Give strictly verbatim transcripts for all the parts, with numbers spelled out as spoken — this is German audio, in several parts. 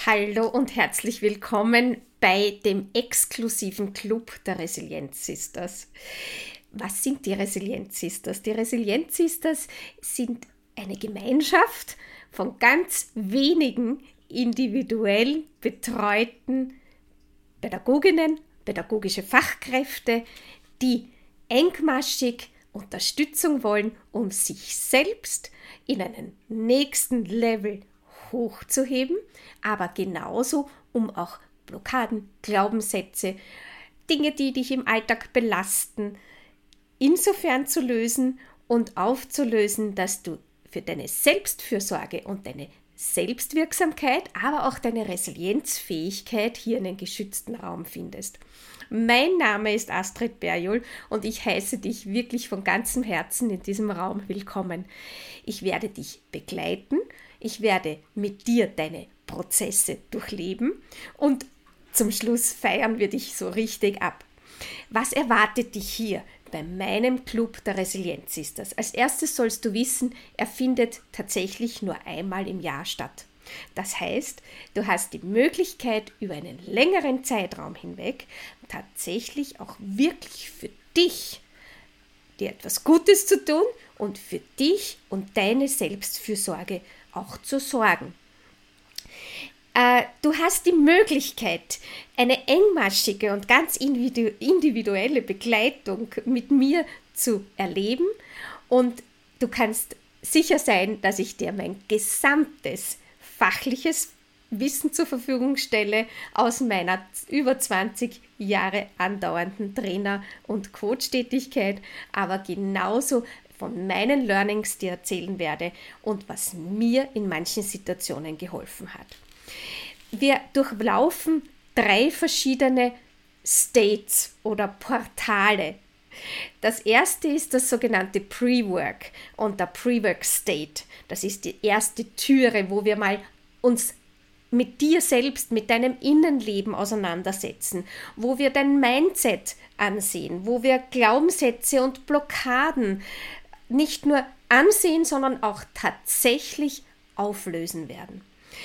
Hallo und herzlich willkommen bei dem exklusiven Club der Resilienz Sisters. Was sind die Resilienz Sisters? Die Resilienz Sisters sind eine Gemeinschaft von ganz wenigen individuell betreuten Pädagoginnen, pädagogische Fachkräfte, die engmaschig Unterstützung wollen, um sich selbst in einen nächsten Level hochzuheben, aber genauso, um auch Blockaden, Glaubenssätze, Dinge, die dich im Alltag belasten, insofern zu lösen und aufzulösen, dass du für deine Selbstfürsorge und deine Selbstwirksamkeit, aber auch deine Resilienzfähigkeit hier einen geschützten Raum findest. Mein Name ist Astrid Berjol und ich heiße dich wirklich von ganzem Herzen in diesem Raum willkommen. Ich werde dich begleiten, ich werde mit dir deine Prozesse durchleben und zum Schluss feiern wir dich so richtig ab. Was erwartet dich hier bei meinem Club der Resilienz Sisters? Als erstes sollst du wissen, er findet tatsächlich nur einmal im Jahr statt. Das heißt, du hast die Möglichkeit, über einen längeren Zeitraum hinweg tatsächlich auch wirklich für dich dir etwas Gutes zu tun und für dich und deine Selbstfürsorge auch zu sorgen. Äh, du hast die Möglichkeit, eine engmaschige und ganz individu- individuelle Begleitung mit mir zu erleben und du kannst sicher sein, dass ich dir mein gesamtes fachliches Wissen zur Verfügung stelle aus meiner über zwanzig Jahre andauernden Trainer- und Coach-Tätigkeit, aber genauso von meinen Learnings dir erzählen werde und was mir in manchen Situationen geholfen hat. Wir durchlaufen drei verschiedene States oder Portale. Das erste ist das sogenannte Pre-Work und der Pre-Work-State. Das ist die erste Türe, wo wir mal uns mit dir selbst, mit deinem Innenleben auseinandersetzen, wo wir dein Mindset ansehen, wo wir Glaubenssätze und Blockaden nicht nur ansehen, sondern auch tatsächlich auflösen werden.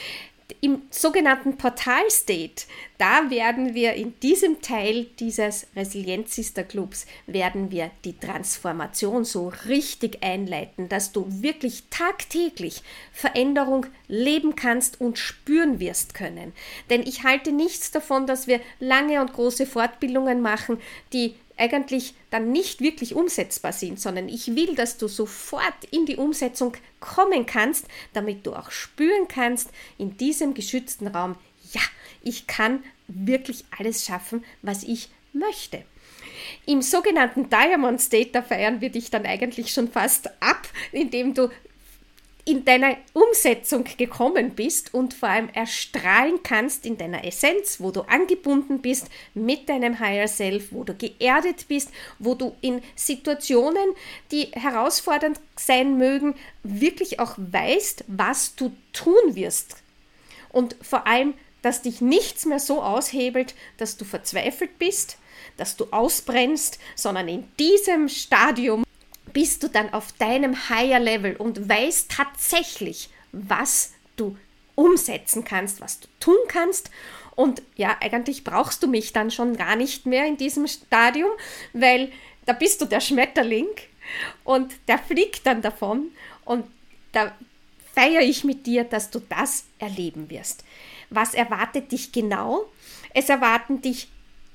Im sogenannten Portal-State, da werden wir in diesem Teil dieses Resilienz Sister Clubs, werden wir die Transformation so richtig einleiten, dass du wirklich tagtäglich Veränderung leben kannst und spüren wirst können. Denn ich halte nichts davon, dass wir lange und große Fortbildungen machen, die eigentlich dann nicht wirklich umsetzbar sind, sondern ich will, dass du sofort in die Umsetzung kommen kannst, damit du auch spüren kannst in diesem geschützten Raum, ja, ich kann wirklich alles schaffen, was ich möchte. Im sogenannten Diamond State, da feiern wir dich dann eigentlich schon fast ab, indem du in deiner Umsetzung gekommen bist und vor allem erstrahlen kannst in deiner Essenz, wo du angebunden bist mit deinem Higher Self, wo du geerdet bist, wo du in Situationen, die herausfordernd sein mögen, wirklich auch weißt, was du tun wirst. Und vor allem, dass dich nichts mehr so aushebelt, dass du verzweifelt bist, dass du ausbrennst, sondern in diesem Stadium bist du dann auf deinem Higher Level und weißt tatsächlich, was du umsetzen kannst, was du tun kannst. Und ja, eigentlich brauchst du mich dann schon gar nicht mehr in diesem Stadium, weil da bist du der Schmetterling und der fliegt dann davon und da feiere ich mit dir, dass du das erleben wirst. Was erwartet dich genau? Es erwarten dich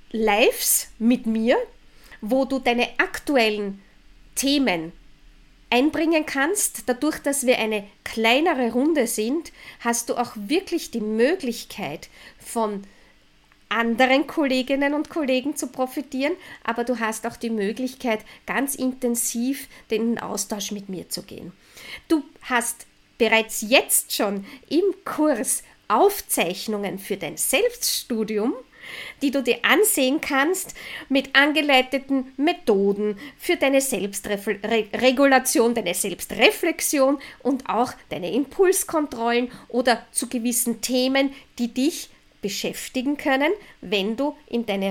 Lives mit mir, wo du deine aktuellen Themen einbringen kannst. Dadurch, dass wir eine kleinere Runde sind, hast du auch wirklich die Möglichkeit, von anderen Kolleginnen und Kollegen zu profitieren, aber du hast auch die Möglichkeit, ganz intensiv den Austausch mit mir zu gehen. Du hast bereits jetzt schon im Kurs Aufzeichnungen für dein Selbststudium, die du dir ansehen kannst mit angeleiteten Methoden für deine Selbstregulation, deine Selbstreflexion und auch deine Impulskontrollen oder zu gewissen Themen, die dich beschäftigen können, wenn du in deine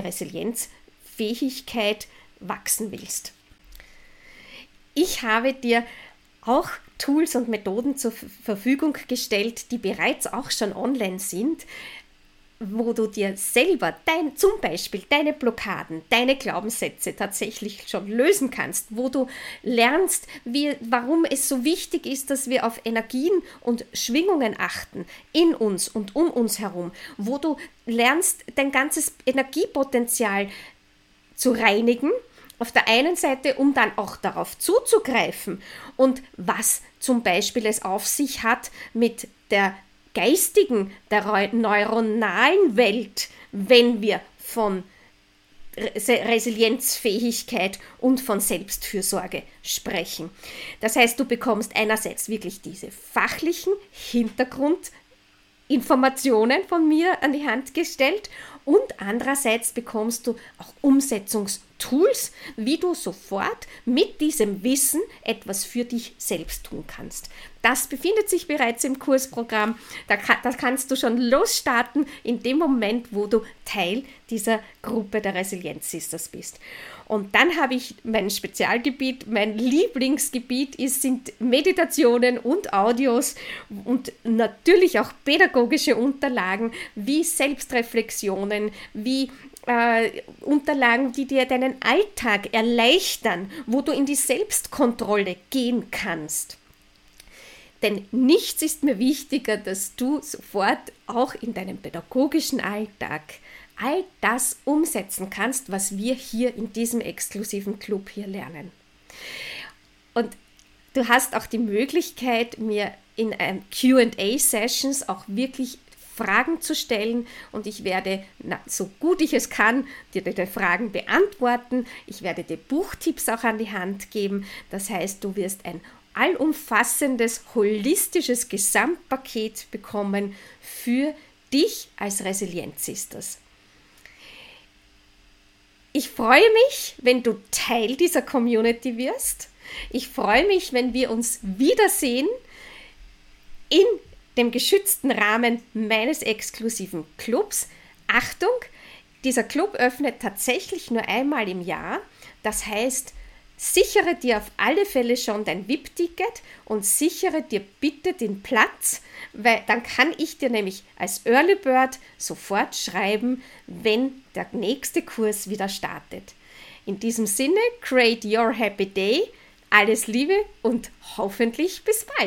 Resilienzfähigkeit wachsen willst. Ich habe dir auch Tools und Methoden zur Verfügung gestellt, die bereits auch schon online sind, wo du dir selber dein, zum Beispiel deine Blockaden, deine Glaubenssätze tatsächlich schon lösen kannst, wo du lernst, wie, warum es so wichtig ist, dass wir auf Energien und Schwingungen achten, in uns und um uns herum, wo du lernst, dein ganzes Energiepotenzial zu reinigen, auf der einen Seite, um dann auch darauf zuzugreifen und was zum Beispiel es auf sich hat mit der geistigen, der neuronalen Welt, wenn wir von Resilienzfähigkeit und von Selbstfürsorge sprechen. Das heißt, du bekommst einerseits wirklich diese fachlichen Hintergrundinformationen von mir an die Hand gestellt und andererseits bekommst du auch Umsetzungstools, wie du sofort mit diesem Wissen etwas für dich selbst tun kannst. Das befindet sich bereits im Kursprogramm. Da kann, das kannst du schon losstarten in dem Moment, wo du Teil dieser Gruppe der Resilienz Sisters bist. Und dann habe ich mein Spezialgebiet, mein Lieblingsgebiet ist, sind Meditationen und Audios und natürlich auch pädagogische Unterlagen wie Selbstreflexionen, wie äh, Unterlagen, die dir deinen Alltag erleichtern, wo du in die Selbstkontrolle gehen kannst. Denn nichts ist mir wichtiger, dass du sofort auch in deinem pädagogischen Alltag all das umsetzen kannst, was wir hier in diesem exklusiven Club hier lernen. Und du hast auch die Möglichkeit, mir in ähm, Q and A-Sessions auch wirklich Fragen zu stellen und ich werde, na, so gut ich es kann, dir die Fragen beantworten. Ich werde dir Buchtipps auch an die Hand geben. Das heißt, du wirst ein allumfassendes, holistisches Gesamtpaket bekommen für dich als Resilienz Sisters. Ich freue mich, wenn du Teil dieser Community wirst. Ich freue mich, wenn wir uns wiedersehen in dem geschützten Rahmen meines exklusiven Clubs. Achtung, dieser Club öffnet tatsächlich nur einmal im Jahr. Das heißt, sichere dir auf alle Fälle schon dein V I P-Ticket und sichere dir bitte den Platz, weil dann kann ich dir nämlich als Early Bird sofort schreiben, wenn der nächste Kurs wieder startet. In diesem Sinne, create your happy day, alles Liebe und hoffentlich bis bald.